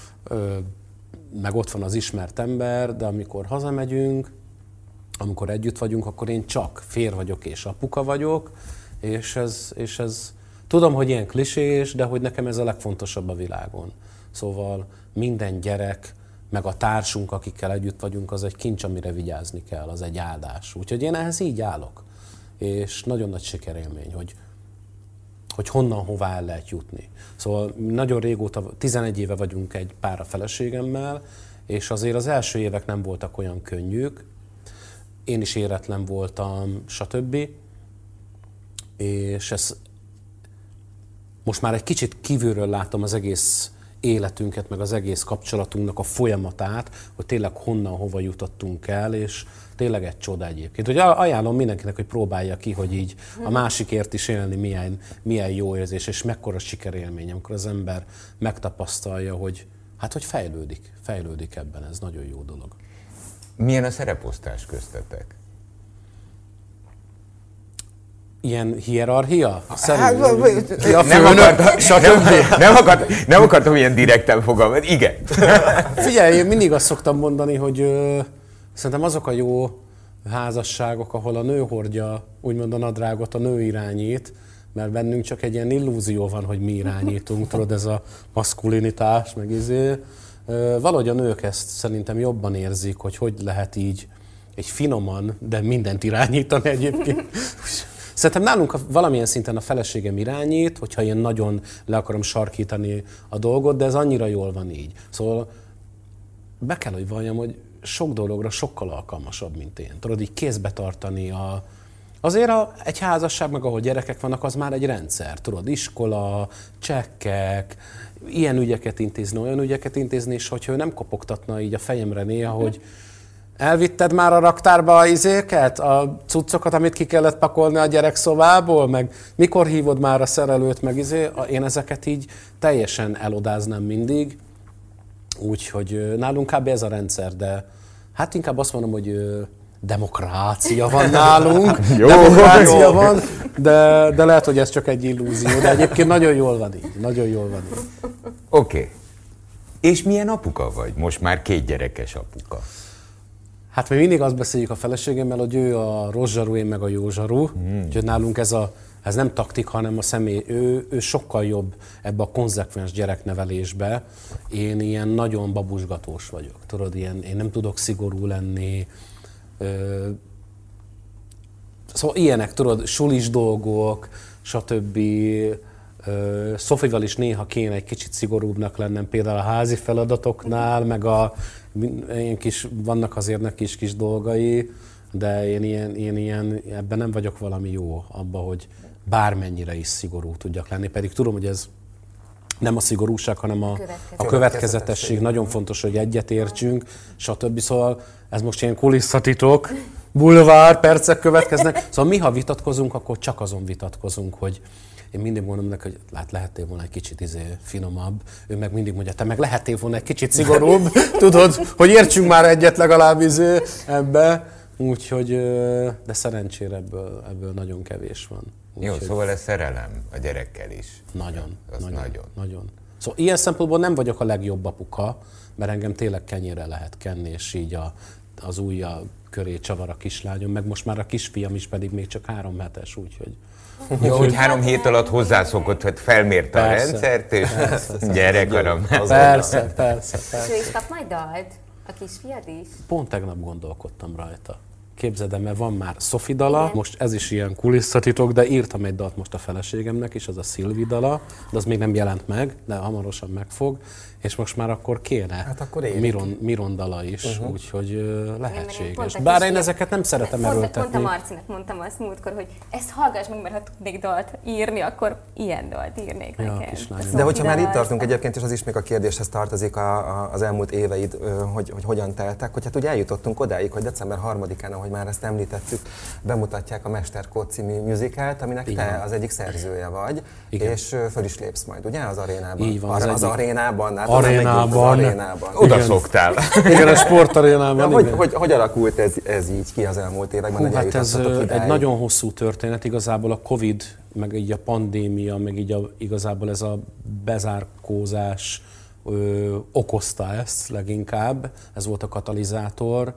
meg ott van az ismert ember, de amikor hazamegyünk, amikor együtt vagyunk, akkor én csak férj vagyok és apuka vagyok, és ez, és ez tudom, hogy ilyen klisés, de hogy nekem ez a legfontosabb a világon. Szóval minden gyerek, meg a társunk, akikkel együtt vagyunk, az egy kincs, amire vigyázni kell, az egy áldás. Úgyhogy én ehhez így állok. És nagyon nagy sikerélmény, hogy, hogy honnan, hová el lehet jutni. Szóval nagyon régóta, tizenegy éve vagyunk egy pár a feleségemmel, és azért az első évek nem voltak olyan könnyűk. Én is éretlen voltam, stb. És ez, most már egy kicsit kívülről látom az egész életünket, meg az egész kapcsolatunknak a folyamatát, hogy tényleg honnan, hova jutottunk el, és tényleg egy csoda egyébként. Hogy ajánlom mindenkinek, hogy próbálja ki, hogy így a másikért is élni milyen, milyen jó érzés, és mekkora sikerélmény, amikor az ember megtapasztalja, hogy hát, hogy fejlődik, fejlődik ebben, ez nagyon jó dolog. Milyen a szereposztás köztetek? Ilyen hierarchia? Hát, ki a nem, főnök, akartam, nem, nem, akartam, nem akartam ilyen direkten fogalmazni, igen. Figyelj, én mindig azt szoktam mondani, hogy ö, szerintem azok a jó házasságok, ahol a nő hordja úgymond a nadrágot, a nő irányít, mert bennünk csak egy ilyen illúzió van, hogy mi irányítunk, tudod, ez a maszkulinitás, meg izé. Ö, valahogy a nők ezt szerintem jobban érzik, hogy hogy lehet így egy finoman, de mindent irányítani egyébként. Szerintem nálunk valamilyen szinten a feleségem irányít, hogyha én nagyon le akarom sarkítani a dolgot, de ez annyira jól van így. Szóval be kell, hogy valljam, hogy sok dologra sokkal alkalmasabb, mint én. Tudod, így kézbe tartani a... Azért a, egy házasság, meg ahol gyerekek vannak, az már egy rendszer. Tudod, iskola, csekkek, ilyen ügyeket intézni, olyan ügyeket intézni, és hogyha ő nem kopogtatna így a fejemre néha, hogy elvitted már a raktárba a izéket, a cuccokat, amit ki kellett pakolni a gyerekszobából, meg mikor hívod már a szerelőt, meg izé, én ezeket így teljesen elodáznám mindig. Úgyhogy nálunk kb. Ez a rendszer, de hát inkább azt mondom, hogy demokrácia van nálunk, jó, demokrácia jó. van, de, de lehet, hogy ez csak egy illúzió, de egyébként nagyon jól van így, nagyon jól van így. Oké. Okay. És milyen apuka vagy? Most már két gyerekes apuka. Hát mi mindig azt beszéljük a feleségemmel, hogy ő a rossz zsaru, én meg a jó zsaru. Hmm. Úgyhogy nálunk ez, a, ez nem taktik, hanem a személy. Ő, ő sokkal jobb ebbe a konzekvens gyereknevelésbe. Én ilyen nagyon babusgatós vagyok. Tudod, ilyen, én nem tudok szigorú lenni. Ö, szóval ilyenek, tudod, sulis dolgok, stb. Ö, Szofival is néha kéne egy kicsit szigorúbbnak lennem, például a házi feladatoknál, meg a Én kis, vannak azért neki is kis dolgai, de én, ilyen, én ilyen, ebben nem vagyok valami jó, abban, hogy bármennyire is szigorú tudjak lenni. Pedig tudom, hogy ez nem a szigorúság, hanem a, a következetesség. Nagyon fontos, hogy egyetértsünk, stb. Szóval ez most ilyen kulisszatitok, bulvár percek következnek. Szóval mi, ha vitatkozunk, akkor csak azon vitatkozunk, hogy én mindig mondom neki, hogy lát, lehettél volna egy kicsit izé, finomabb. Ő meg mindig mondja, te meg lehettél volna egy kicsit szigorúbb, tudod, hogy értsünk már egyet legalább izé ebbe. Úgyhogy, de szerencsére ebből, ebből nagyon kevés van. Úgy, Jó, hogy... szóval ez szerelem a gyerekkel is. Nagyon, Az nagyon, nagyon. nagyon. Szóval ilyen szempontból nem vagyok a legjobb apuka, mert engem tényleg kenyére lehet kenni, és így a, az ujja köré csavar a kislányom, meg most már a kisfiam is pedig még csak három hetes, úgyhogy... Jó, hogy három hét alatt hozzászokott, hogy felmérte Persze, a rendszert, és persze, gyerek arra. Persze, persze, És persze. ő is kap majd dalt? A kisfiad is? Pont tegnap gondolkodtam rajta. Képzeld el, mert van már Sophie dala, Igen. most ez is ilyen kulisszatitok, de írtam egy dalt most a feleségemnek is, az a Szilvi dala, de az még nem jelent meg, de hamarosan megfog, és most már akkor kéne Hát akkor érik. Miron, Miron dala is, uh-huh. úgyhogy ö, Igen, mert én lehetséges. pont a Bár én kisfiam- ezeket nem szeretem Pont- erőltetni. Pont a Marcinak mondtam azt múltkor, hogy ezt hallgass meg, mert ha tudnék dalt írni, akkor ilyen dalt írnék Ja, neked. kislányom. De hogyha már itt Sophie tartunk egyébként, és az is még a kérdéshez tartozik a, a, az elmúlt éveid, ö, hogy, hogy hogyan teltek, hogy hát ugye eljutottunk odáig, hogy december harmadikán, ahogy már ezt említettük, bemutatják a Mesterkód című musicalt, aminek Így te van. az egyik szerzője vagy, Igen. és ö, föl is lépsz majd, ugye, az arénában? Így van, Ar- az az, egyik- arénában? Hát Arénában. Az arénában. Oda Igen. szoktál. Igen, a De sportarénában. hogy, igen. hogy, hogy alakult ez, ez így ki az elmúlt években, Hú, hogy hát ez eljutottatok ö, idáig? egy nagyon hosszú történet, igazából a Covid, meg így a pandémia, meg így a, igazából ez a bezárkózás ö, okozta ezt leginkább, ez volt a katalizátor.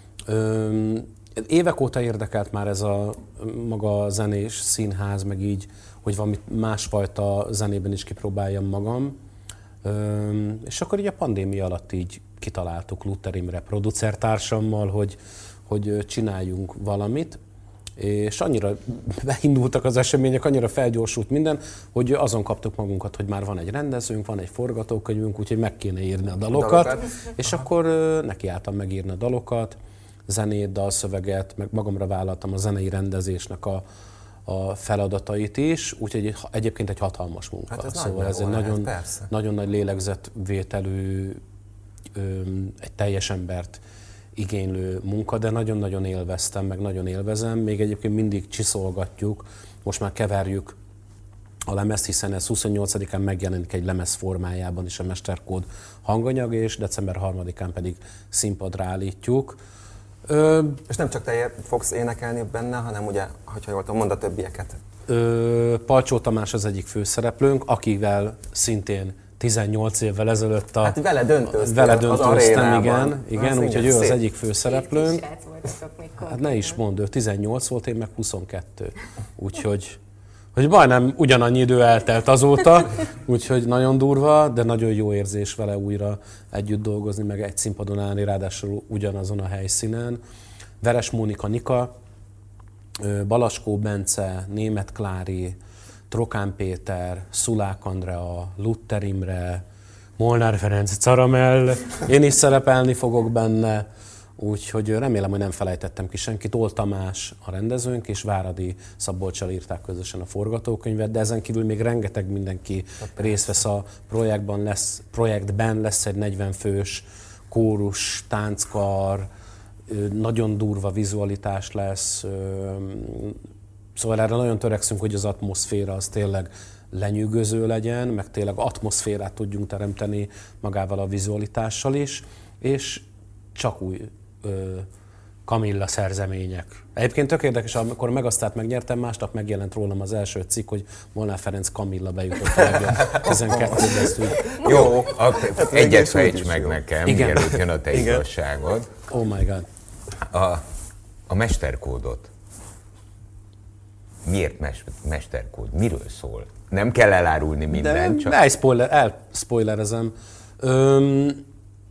Ö, évek óta érdekelt már ez a maga a zenés színház, meg így, hogy valami másfajta zenében is kipróbáljam magam. Ö, és akkor így a pandémia alatt így kitaláltuk Luther Imre producertársammal, hogy, hogy csináljunk valamit, és annyira beindultak az események, annyira felgyorsult minden, hogy azon kaptuk magunkat, hogy már van egy rendezőnk, van egy forgatókönyvünk, úgyhogy meg kéne írni a dalokat, Dalokat. és akkor ö, nekiálltam megírni a dalokat, zenét, dalszöveget, meg magamra vállaltam a zenei rendezésnek a, a feladatait is, úgyhogy egyébként egy hatalmas munka. Hát ez nagy szóval ez egy meló lehet, nagyon, persze. nagyon nagy lélegzetvételű, öm, egy teljes embert igénylő munka, de nagyon-nagyon élveztem, meg nagyon élvezem. Még egyébként mindig csiszolgatjuk, most már keverjük a lemezt, hiszen ez huszonnyolcadikán megjelenik egy lemez formájában is a Mesterkód hanganyag, és december harmadikán pedig színpadra állítjuk. Ö, És nem csak te fogsz énekelni benne, hanem ugye, hogyha jól tudom, mondd a többieket. Ö, Palcsó Tamás az egyik főszereplőnk, akivel szintén tizennyolc évvel ezelőtt a... Hát vele döntőztél Vele az döntőztem, arénában. igen, Az igen, úgyhogy ő az szép. egyik Két főszereplőnk. kisrác voltatok mikor. Hát ne is mondd, ő tizennyolc volt, én meg huszonkettő. Úgyhogy hogy majdnem ugyanannyi idő eltelt azóta, úgyhogy nagyon durva, de nagyon jó érzés vele újra együtt dolgozni, meg egy színpadon állni, ráadásul ugyanazon a helyszínen. Veres Mónika Nika, Balaskó Bence, Németh Klári, Trokán Péter, Szulák Andrea, Luther Imre, Molnár Ferenc, Caramell, én is szerepelni fogok benne, úgyhogy remélem, hogy nem felejtettem ki senkit. Ol Tamás a rendezőnk, és Váradi Szabolccsal írták közösen a forgatókönyvet, de ezen kívül még rengeteg mindenki részt vesz a projektben, lesz, projektben lesz egy negyven fős kórus, tánckar, nagyon durva vizualitás lesz, szóval erre nagyon törekszünk, hogy az atmoszféra az tényleg lenyűgöző legyen, meg tényleg atmoszférát tudjunk teremteni magával a vizualitással is, és csak új ö, Kamilla szerzemények. Egyébként tök érdekes, amikor a Megasztárt megnyertem, másnap megjelent rólam az első cikk, hogy Molnár Ferenc Kamilla bejutott a legjobb tizenkettőbe, ezt úgy, Jó, egyet végül fejts is meg jó. nekem, Igen. mielőtt jön a te igazságod. oh my god. A, a mesterkódot. Miért mes, mesterkód? Miről szól? Nem kell elárulni De mindent, csak... elspoiler, elspoilerezem. Öm,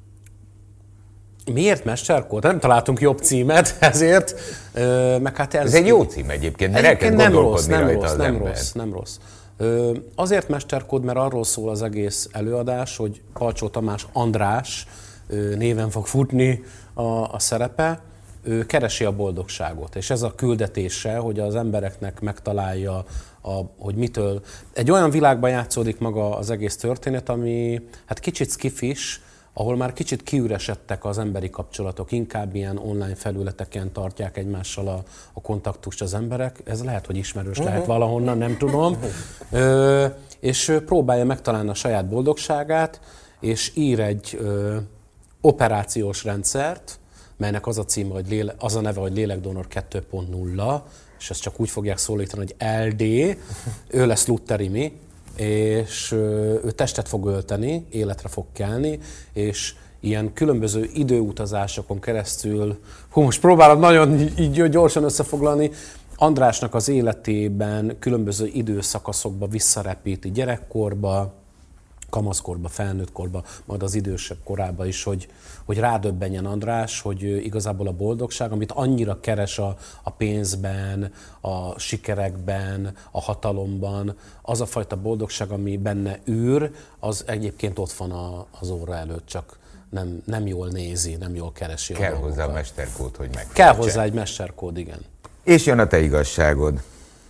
miért Mesterkód? Nem találtunk jobb címet, ezért. Ö, meg hát ez, Ez egy jó cím egyébként, mert Egyébként elkezd nem rossz, gondolkodni nem rajta rossz, az nem ember. rossz, nem rossz. Ö, azért Mesterkód, mert arról szól az egész előadás, hogy Palcsó Tamás András ö, néven fog futni a, a szerepe, ő keresi a boldogságot, és ez a küldetése, hogy az embereknek megtalálja, a, hogy mitől. Egy olyan világban játszódik maga az egész történet, ami hát kicsit skifis, ahol már kicsit kiüresedtek az emberi kapcsolatok, inkább ilyen online felületeken tartják egymással a, a kontaktust az emberek. Ez lehet, hogy ismerős lehet valahonnan, nem tudom. Ö, és ő próbálja megtalálni a saját boldogságát, és ír egy ö, operációs rendszert, melynek az a címe, hogy léle, az a neve, hogy Lélekdónor kettő pont nulla, és ezt csak úgy fogják szólítani, hogy el dé, ő lesz Luther Imi, és ő testet fog ölteni, életre fog kelni, és ilyen különböző időutazásokon keresztül, hú, most próbálom nagyon így gyorsan összefoglalni, Andrásnak az életében különböző időszakaszokba visszarepíti, gyerekkorba, kamaszkorba, felnőttkorba, majd az idősebb korába is, hogy, hogy rádöbbenjen András, hogy igazából a boldogság, amit annyira keres a, a pénzben, a sikerekben, a hatalomban, az a fajta boldogság, ami benne űr, az egyébként ott van a, az óra előtt, csak nem, nem jól nézi, nem jól keresi. Kell a hozzá a mesterkód, hogy meg. Kell hozzá egy mesterkód, igen. És jön a te igazságod.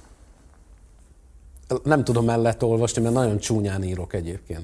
Nem tudom mellett olvasni, mert nagyon csúnyán írok egyébként.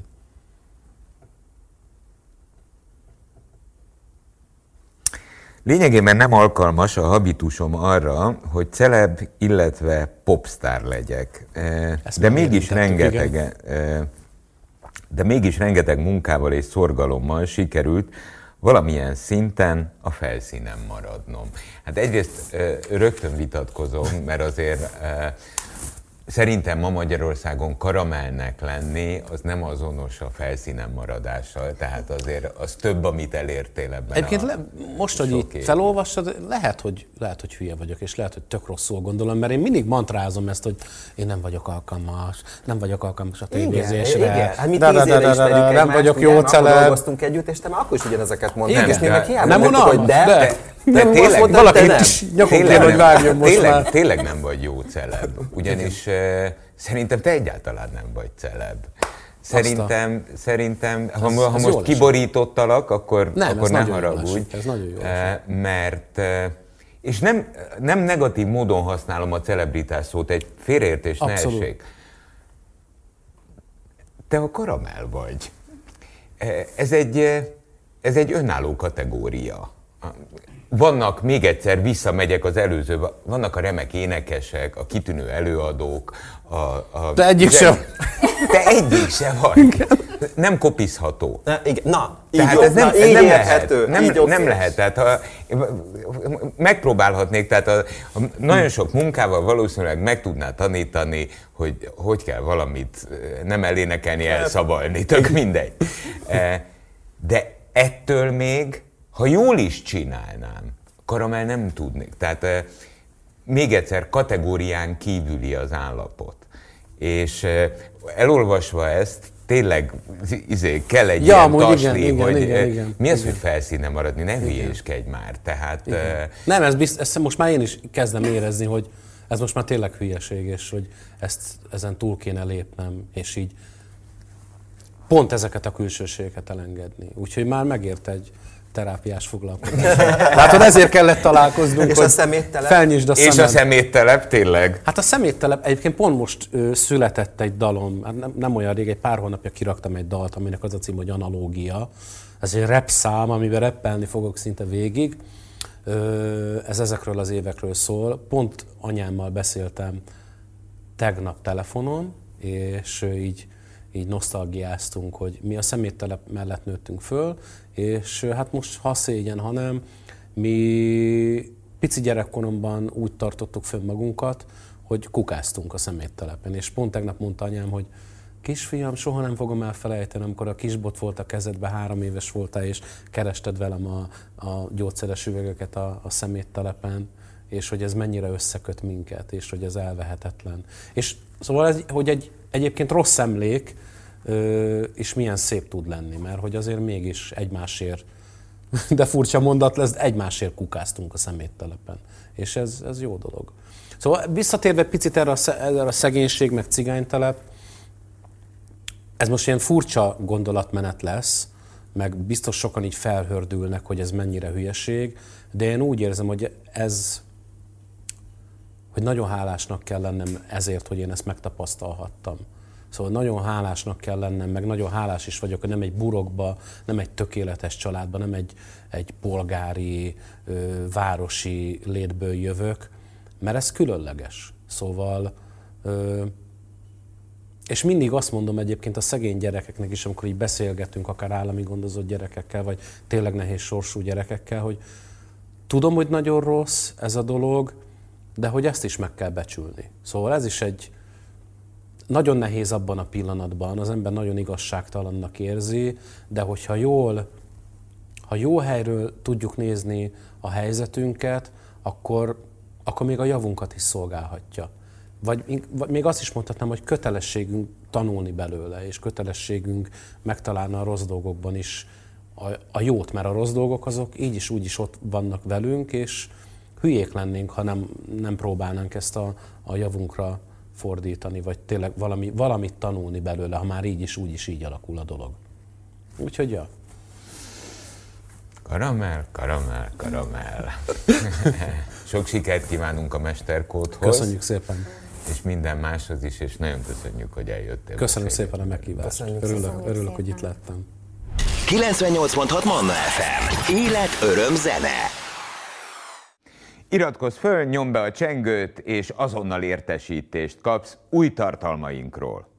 Lényegében nem alkalmas a habitusom arra, hogy celeb, illetve popstar legyek. Ezt de mégis rengeteg, igen. de mégis rengeteg munkával és szorgalommal sikerült valamilyen szinten a felszínen maradnom. Hát egyrészt rögtön vitatkozom, mert azért szerintem ma Magyarországon karamellnek lenni, az nem azonos a felszínen maradással, tehát azért az több, amit elértél ebben. Egyébként a le, most, hogy itt felolvastad, lehet hogy, lehet, hogy hülye vagyok, és lehet, hogy tök rosszul gondolom, mert én mindig mantrázom ezt, hogy én nem vagyok alkalmas, nem vagyok alkalmas a tévézésre. Igen, igen. Hát mi da, da, da, da, da, da, nem vagyok jó celeb. Akkor dolgoztunk együtt, és te már akkor is ugyanezeket mondtál. És mi meg hiába nem mondtuk, hogy de, de, de, de nem tényleg, mondtad, valaki te is nem. nyakon kéne, hogy vágjon most tényleg, már. tényleg nem vagy jó celeb, ugyanis uh, szerintem te egyáltalán nem vagy celeb. Szerintem, szerintem ha, ez, ha ez most kiborítottalak, akkor, nem, akkor ne nagyon haragudj. Ez nagyon jó. Uh, mert, uh, és nem, nem negatív módon használom a celebritás szót, egy félreértés ne essék. Te a karamell vagy. Ez egy, ez egy önálló kategória. Vannak, még egyszer visszamegyek az előzőbe, vannak a remek énekesek, a kitűnő előadók, a... a de egyik de, sem. Te egyik sem vagy. Nem kopizható. Na, igen. Na, így tehát jó, ez nem, na, ez így nem érthető, lehet. Nem, így nem lehet. Tehát ha megpróbálhatnék, tehát a, a, nagyon sok munkával valószínűleg meg tudná tanítani, hogy hogy kell valamit nem elénekelni, elszavalni, tök mindegy. De ettől még, ha jól is csinálnám, karamell nem tudnék. Tehát még egyszer kategórián kívüli az állapot. És elolvasva ezt, tényleg izé, kell egy ja, ilyen tasli, igen, igen, hogy igen, igen, mi az, igen. hogy felszínen maradni, ne hülyéskedj már. Tehát, uh, nem, ez bizt, ezt most már én is kezdem érezni, hogy ez most már tényleg hülyeség, és hogy ezt, ezen túl kéne lépnem, és így pont ezeket a külsőségeket elengedni. Úgyhogy már megért egy terápiás foglalkozás. Látod, ezért kellett találkoznunk, és hogy a szeméttelep? felnyisd a és szemed. a szeméttelep tényleg? Hát a szeméttelep, egyébként pont most ö, született egy dalom, hát nem, nem olyan rég, egy pár hónapja kiraktam egy dalt, aminek az a cím, hogy Analógia. Ez egy rap szám, amiben rappelni fogok szinte végig. Ö, ez ezekről az évekről szól. Pont anyámmal beszéltem tegnap telefonon, és ö, így így nosztalgiáztunk, hogy mi a szeméttelep mellett nőttünk föl, és hát most ha szégyen, ha nem, mi pici gyerekkoromban úgy tartottuk fönn magunkat, hogy kukáztunk a szeméttelepen, és pont tegnap mondta anyám, hogy kisfiam, soha nem fogom elfelejteni, amikor a kisbot volt a kezedben, három éves voltál, és kerested velem a, a gyógyszeres üvegeket a, a szeméttelepen, és hogy ez mennyire összeköt minket, és hogy ez elvehetetlen. És szóval ez, hogy egy egyébként rossz emlék, és milyen szép tud lenni, mert hogy azért mégis egymásért, de furcsa mondat lesz, egymásért kukáztunk a szeméttelepen. És ez, ez jó dolog. Szóval visszatérve picit erre a, erre a szegénység, meg cigánytelep, ez most ilyen furcsa gondolatmenet lesz, meg biztos sokan így felhördülnek, hogy ez mennyire hülyeség, de én úgy érzem, hogy ez, hogy nagyon hálásnak kell lennem ezért, hogy én ezt megtapasztalhattam. Szóval nagyon hálásnak kell lennem, meg nagyon hálás is vagyok, hogy nem egy burokba, nem egy tökéletes családba, nem egy, egy polgári, ö, városi létből jövök, mert ez különleges. Szóval, ö, és mindig azt mondom egyébként a szegény gyerekeknek is, amikor így beszélgetünk, akár állami gondozott gyerekekkel, vagy tényleg nehéz sorsú gyerekekkel, hogy tudom, hogy nagyon rossz ez a dolog, de hogy ezt is meg kell becsülni. Szóval ez is egy nagyon nehéz abban a pillanatban, az ember nagyon igazságtalannak érzi, de hogyha jól, ha jó helyről tudjuk nézni a helyzetünket, akkor, akkor még a javunkat is szolgálhatja. Vagy, vagy még azt is mondhatnám, hogy kötelességünk tanulni belőle, és kötelességünk megtalálni a rossz dolgokban is a, a jót, mert a rossz dolgok azok így is úgy is ott vannak velünk, és hülyék lennénk, ha nem, nem próbálnánk ezt a, a javunkra fordítani, vagy tényleg valami, valamit tanulni belőle, ha már így is úgy is így alakul a dolog. Úgyhogy ja. Karamell, karamell, karamell. Sok sikert kívánunk a Mesterkódhoz. Köszönjük szépen. És minden máshoz is, és nagyon köszönjük, hogy eljöttél. Köszönöm szépen a meghívást. Köszönjük örülök, szépen. örülök, hogy itt lettem. kilencvennyolc pont hat Manna ef em. Élet, öröm, zene. Iratkozz föl, nyomd be a csengőt, és azonnal értesítést kapsz új tartalmainkról.